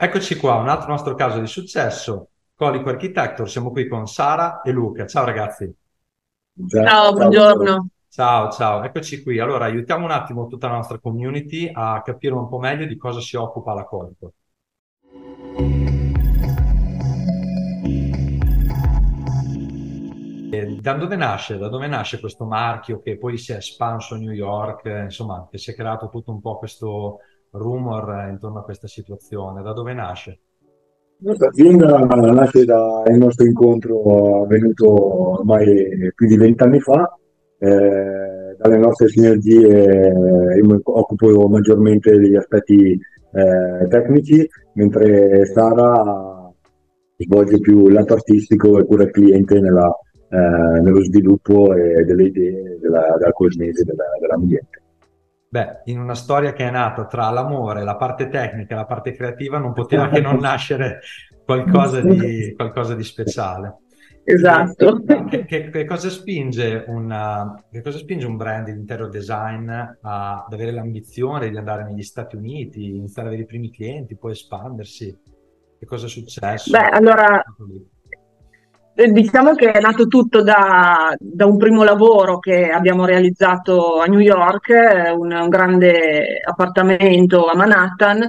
Eccoci qua, un altro nostro caso di successo. Colico Architecture, siamo qui con Sara e Luca. Ciao ragazzi. Ciao, Ciao, buongiorno. Ciao, ciao, eccoci qui. Allora, aiutiamo un attimo tutta la nostra community a capire un po' meglio di cosa si occupa la Colico. E da dove nasce? Da dove nasce questo marchio che poi si è espanso a New York, insomma, che si è creato tutto un po' questo rumor intorno a questa situazione? Da dove nasce? questa azienda nasce dal nostro incontro avvenuto ormai più di 20 anni fa. Dalle nostre sinergie io mi occupo maggiormente degli aspetti tecnici, mentre Sara svolge più il lato artistico e cura il cliente nello sviluppo delle idee della cosmesi dell'ambiente. Beh, in una storia che è nata tra l'amore, la parte tecnica e la parte creativa non poteva che non nascere qualcosa di speciale. Esatto. Ma che cosa spinge che cosa spinge un brand di interior design ad avere l'ambizione di andare negli Stati Uniti, iniziare ad avere i primi clienti, poi espandersi? Che cosa è Beh, successo? allora, diciamo che è nato tutto da un primo lavoro che abbiamo realizzato a New York, un grande appartamento a Manhattan,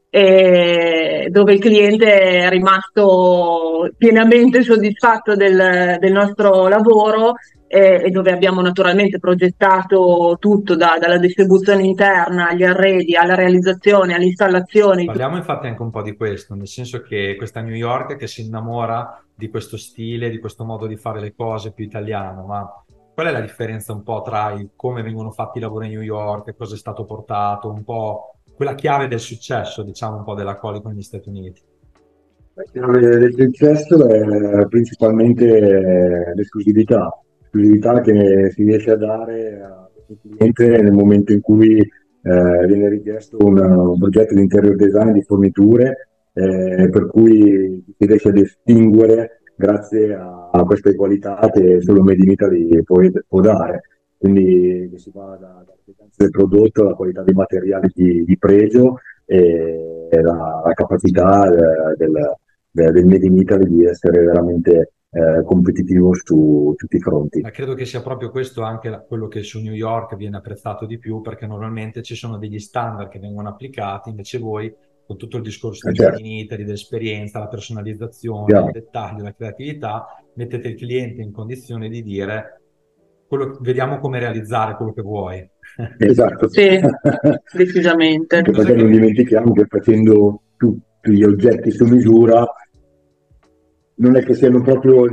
dove il cliente è rimasto pienamente soddisfatto del nostro lavoro e dove abbiamo naturalmente progettato tutto, dalla distribuzione interna, agli arredi, alla realizzazione, all'installazione. Parliamo infatti anche un po' di questo, nel senso che questa New York che si innamora di questo stile, di questo modo di fare le cose più italiano, ma qual è la differenza un po' tra il come vengono fatti i lavori a New York, cosa è stato portato, un po' quella chiave del successo, diciamo un po' della Qualico negli Stati Uniti? Il successo è principalmente l'esclusività che si riesce a dare al cliente nel momento in cui viene richiesto un progetto di interior design di forniture, per cui si riesce a distinguere grazie a queste qualità che solo Made in Italy può dare. Quindi si va dall'efficienza del prodotto alla qualità dei materiali di pregio e la capacità del Made in Italy di essere veramente competitivo su tutti i fronti. Ma credo che sia proprio questo anche quello che su New York viene apprezzato di più, perché normalmente ci sono degli standard che vengono applicati, invece voi, con tutto il discorso del Made Certo, in Italy, dell'esperienza, la personalizzazione, il chiaro. dettaglio, la creatività, mettete il cliente in condizione di dire vediamo come realizzare quello che vuoi. Esatto. Sì, decisamente. Anche Cos'è perché non che... dimentichiamo che facendo tutti gli oggetti su misura non è che siano proprio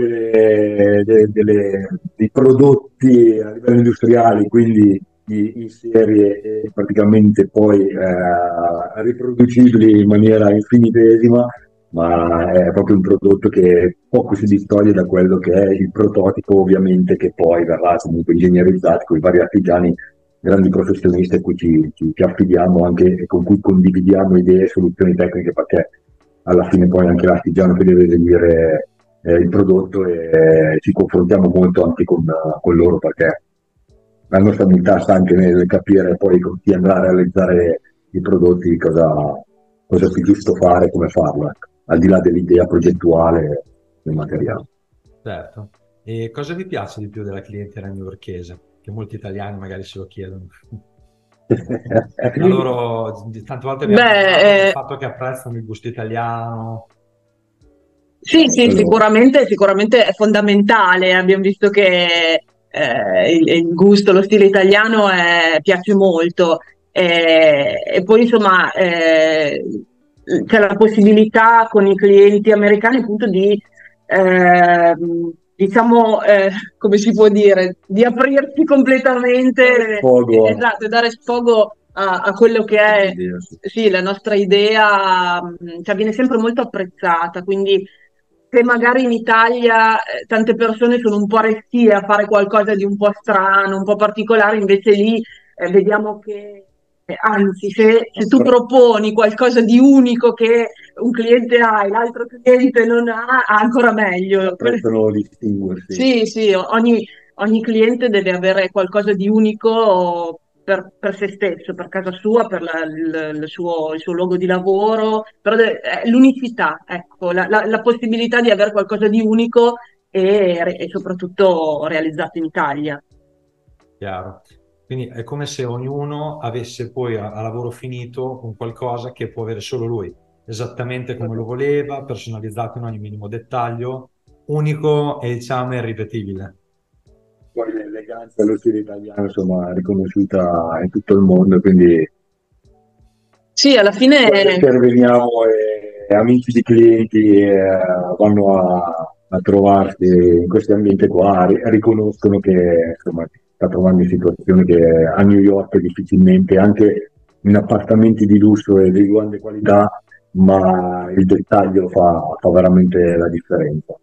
dei prodotti a livello industriale, quindi in serie e praticamente poi riproducibili in maniera infinitesima, ma è proprio un prodotto che poco si distoglie da quello che è il prototipo, ovviamente, che poi verrà comunque ingegnerizzato con i vari artigiani, grandi professionisti a cui ci affidiamo anche e con cui condividiamo idee e soluzioni tecniche, perché alla fine poi anche l'artigiano che deve eseguire il prodotto e ci confrontiamo molto anche con loro, perché la nostra abilità sta anche nel capire poi con chi andrà a realizzare i prodotti cosa sia giusto fare, come farlo, ecco, al di là dell'idea progettuale del materiale. Certo. E cosa vi piace di più della clientela newyorkese? Che molti italiani magari se lo chiedono. A loro, tante volte abbiamo parlato del Beh, fatto che apprezzano il gusto italiano. sì, sì, Quello, sicuramente è fondamentale. Abbiamo visto che il gusto, lo stile italiano piace molto. E poi, insomma, c'è la possibilità con i clienti americani appunto eh, diciamo, come si può dire, di aprirsi completamente, sfogo esatto, e dare sfogo a quello che è, all'idea, sì. sì, la nostra idea, cioè viene sempre molto apprezzata, quindi se magari in Italia tante persone sono un po' restie a fare qualcosa di un po' strano, un po' particolare, invece lì vediamo che, anzi, se tu proponi qualcosa di unico che un cliente ha e l'altro cliente non ha, ancora meglio. Apprezzano distinguersi. Sì, sì, ogni cliente deve avere qualcosa di unico per se stesso, per casa sua, per il suo luogo di lavoro, però l'unicità, ecco, la possibilità di avere qualcosa di unico e soprattutto realizzato in Italia. Chiaro. Quindi è come se ognuno avesse poi a lavoro finito un qualcosa che può avere solo lui, esattamente come lo voleva, personalizzato in ogni minimo dettaglio, unico e diciamo irripetibile. Poi l'eleganza dello stile italiano, insomma, riconosciuta in tutto il mondo, quindi Sì, alla fine quando interveniamo e amici di clienti vanno a trovarsi in questo ambiente qua, riconoscono che insomma, si sta trovando in situazioni che a New York difficilmente, anche in appartamenti di lusso e di grande qualità, ma il dettaglio fa veramente la differenza.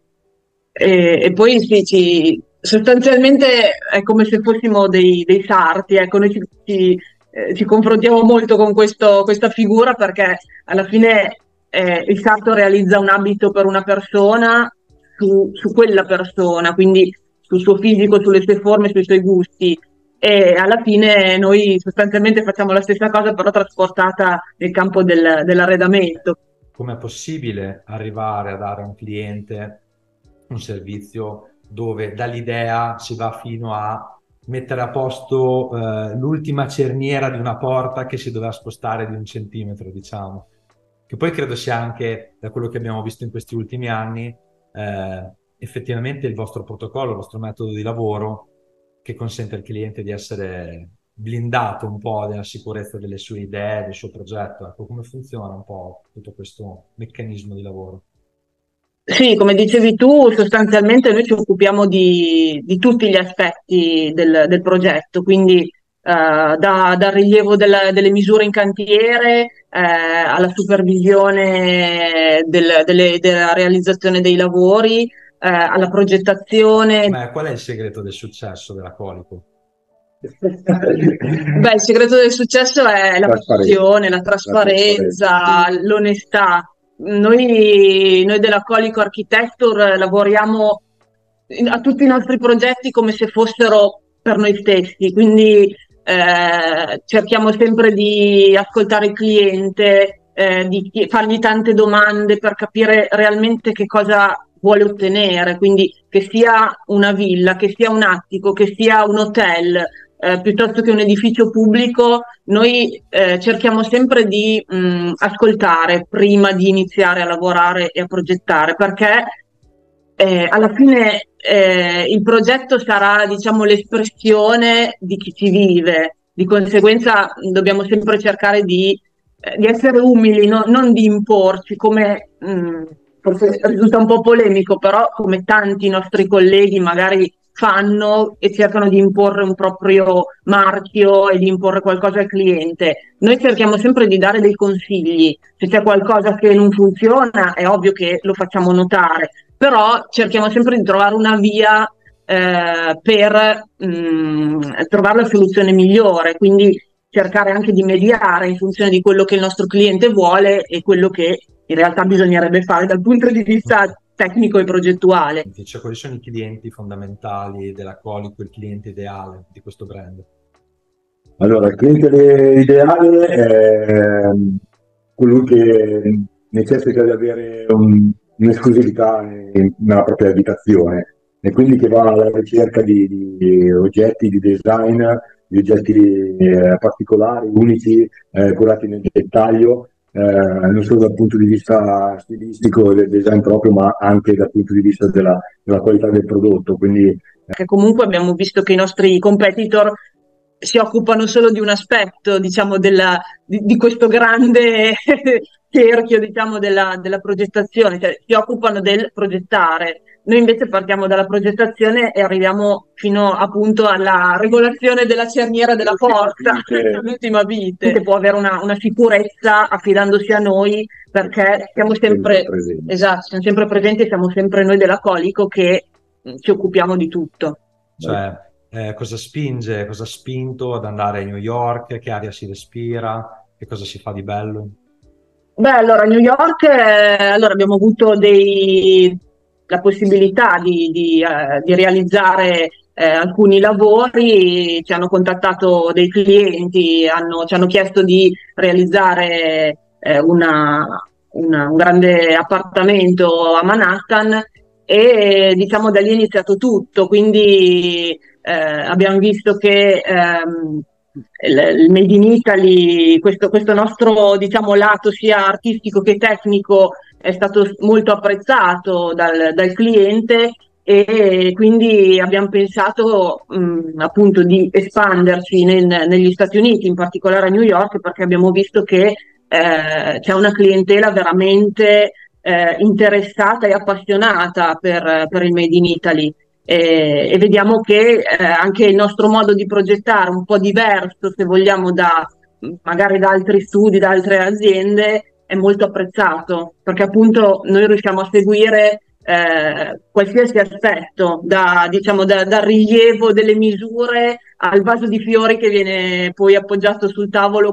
e poi sostanzialmente è come se fossimo dei sarti, ecco, noi ci confrontiamo molto con questa figura perché alla fine il sarto realizza un abito per una persona su quella persona, quindi sul suo fisico, sulle sue forme, sui suoi gusti. E alla fine noi sostanzialmente facciamo la stessa cosa, però trasportata nel campo dell'arredamento. Com'è possibile arrivare a dare a un cliente un servizio dove dall'idea si va fino a mettere a posto l'ultima cerniera di una porta che si doveva spostare di 1 centimetro, diciamo. Che poi credo sia anche, da quello che abbiamo visto in questi ultimi anni, effettivamente il vostro protocollo, il vostro metodo di lavoro che consente al cliente di essere blindato un po' della sicurezza delle sue idee, del suo progetto. Ecco, come funziona un po' tutto questo meccanismo di lavoro? Sì, come dicevi tu, sostanzialmente noi ci occupiamo di tutti gli aspetti del progetto, quindi dal rilievo delle misure in cantiere, alla supervisione della realizzazione dei lavori, alla progettazione. Ma qual è il segreto del successo della Colico? Beh, il segreto del successo è la passione, la trasparenza, l'onestà. Noi della Colico Architecture lavoriamo a tutti i nostri progetti come se fossero per noi stessi, quindi cerchiamo sempre di ascoltare il cliente, di fargli tante domande per capire realmente che cosa vuole ottenere, quindi che sia una villa, che sia un attico, che sia un hotel, piuttosto che un edificio pubblico, noi cerchiamo sempre di ascoltare prima di iniziare a lavorare e a progettare, perché alla fine il progetto sarà, diciamo, l'espressione di chi ci vive. Di conseguenza dobbiamo sempre cercare di essere umili, non di imporci, come forse risulta un po' polemico, però come tanti nostri colleghi magari fanno e cercano di imporre un proprio marchio e di imporre qualcosa al cliente. Noi cerchiamo sempre di dare dei consigli. Se c'è qualcosa che non funziona, è ovvio che lo facciamo notare, però cerchiamo sempre di trovare una via per trovare la soluzione migliore, quindi cercare anche di mediare in funzione di quello che il nostro cliente vuole e quello che in realtà bisognerebbe fare dal punto di vista tecnico e progettuale. Cioè, quali sono i clienti fondamentali della Colico, il cliente ideale di questo brand? Allora, il cliente ideale è colui che necessita di avere un'esclusività nella propria abitazione e quindi che va alla ricerca di oggetti di design, di oggetti particolari, unici, curati nel dettaglio, non solo dal punto di vista stilistico del design proprio, ma anche dal punto di vista della qualità del prodotto. Quindi, che comunque abbiamo visto che i nostri competitor si occupano solo di un aspetto, diciamo, di questo grande cerchio, diciamo, della progettazione, cioè si occupano del progettare. Noi invece partiamo dalla progettazione e arriviamo fino appunto alla regolazione della cerniera della porta, l'ultima vite, che può avere una sicurezza affidandosi a noi, perché siamo sempre presenti. Esatto, siamo sempre presenti e siamo sempre noi della Colico che ci occupiamo di tutto. Cioè, cosa spinge, cosa ha spinto ad andare a New York, che aria si respira, che cosa si fa di bello? Beh, allora, a New York allora, abbiamo avuto la possibilità di realizzare alcuni lavori, ci hanno contattato dei clienti, ci hanno chiesto di realizzare un grande appartamento a Manhattan e diciamo da lì è iniziato tutto, quindi abbiamo visto che il Made in Italy, questo nostro diciamo, lato sia artistico che tecnico è stato molto apprezzato dal cliente e quindi abbiamo pensato appunto di espanderci negli Stati Uniti, in particolare a New York, perché abbiamo visto che c'è una clientela veramente interessata e appassionata per il Made in Italy e vediamo che anche il nostro modo di progettare un po' diverso, se vogliamo, magari da altri studi, da altre aziende, è molto apprezzato, perché appunto noi riusciamo a seguire qualsiasi aspetto, diciamo, dal rilievo delle misure al vaso di fiori che viene poi appoggiato sul tavolo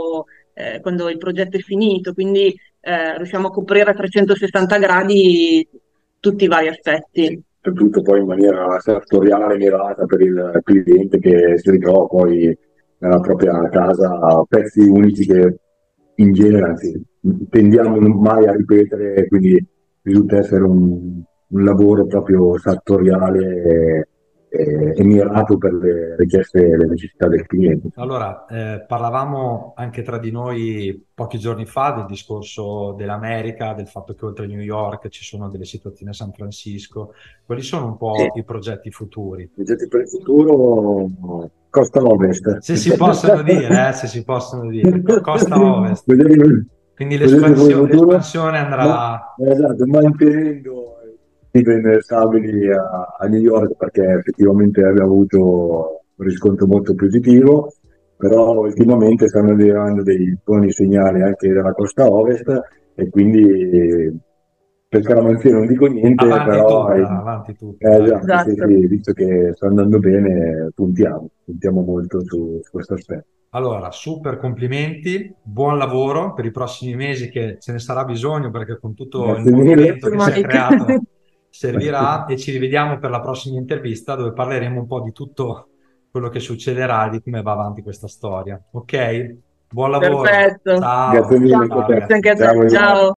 quando il progetto è finito, quindi riusciamo a coprire a 360 gradi tutti i vari aspetti. Tutto poi in maniera sartoriale, mirata per il cliente che si ritrova poi nella propria casa pezzi unici che in genere, anzi, tendiamo mai a ripetere, quindi risulta essere un lavoro proprio sartoriale e mirato per le richieste e le necessità del cliente. Allora, parlavamo anche tra di noi pochi giorni fa del discorso dell'America, del fatto che oltre a New York ci sono delle situazioni a San Francisco. Quali sono un po' Sì. i progetti futuri? Progetti per il futuro, costa ovest. Se si possono dire, se si possono dire. Costa Ovest. Quindi Progetti per il futuro, l'espansione andrà... esatto, mantenendo i stabili a New York perché effettivamente abbiamo avuto un riscontro molto positivo, però ultimamente stanno arrivando dei buoni segnali anche dalla costa ovest e quindi per scaramanzia non dico niente, però Avanti tutta, dai. esatto, sì, sì, visto che sta andando bene, puntiamo molto su questo aspetto. Allora, super complimenti, buon lavoro per i prossimi mesi che ce ne sarà bisogno perché con tutto il Grazie mille. movimento che si è Mike. creato servirà e ci rivediamo per la prossima intervista dove parleremo un po' di tutto quello che succederà e di come va avanti questa storia. Ok? Buon lavoro. Perfetto. Grazie Ciao. mille. Ciao Grazie ragazzi. anche a te. Ciao. Ciao.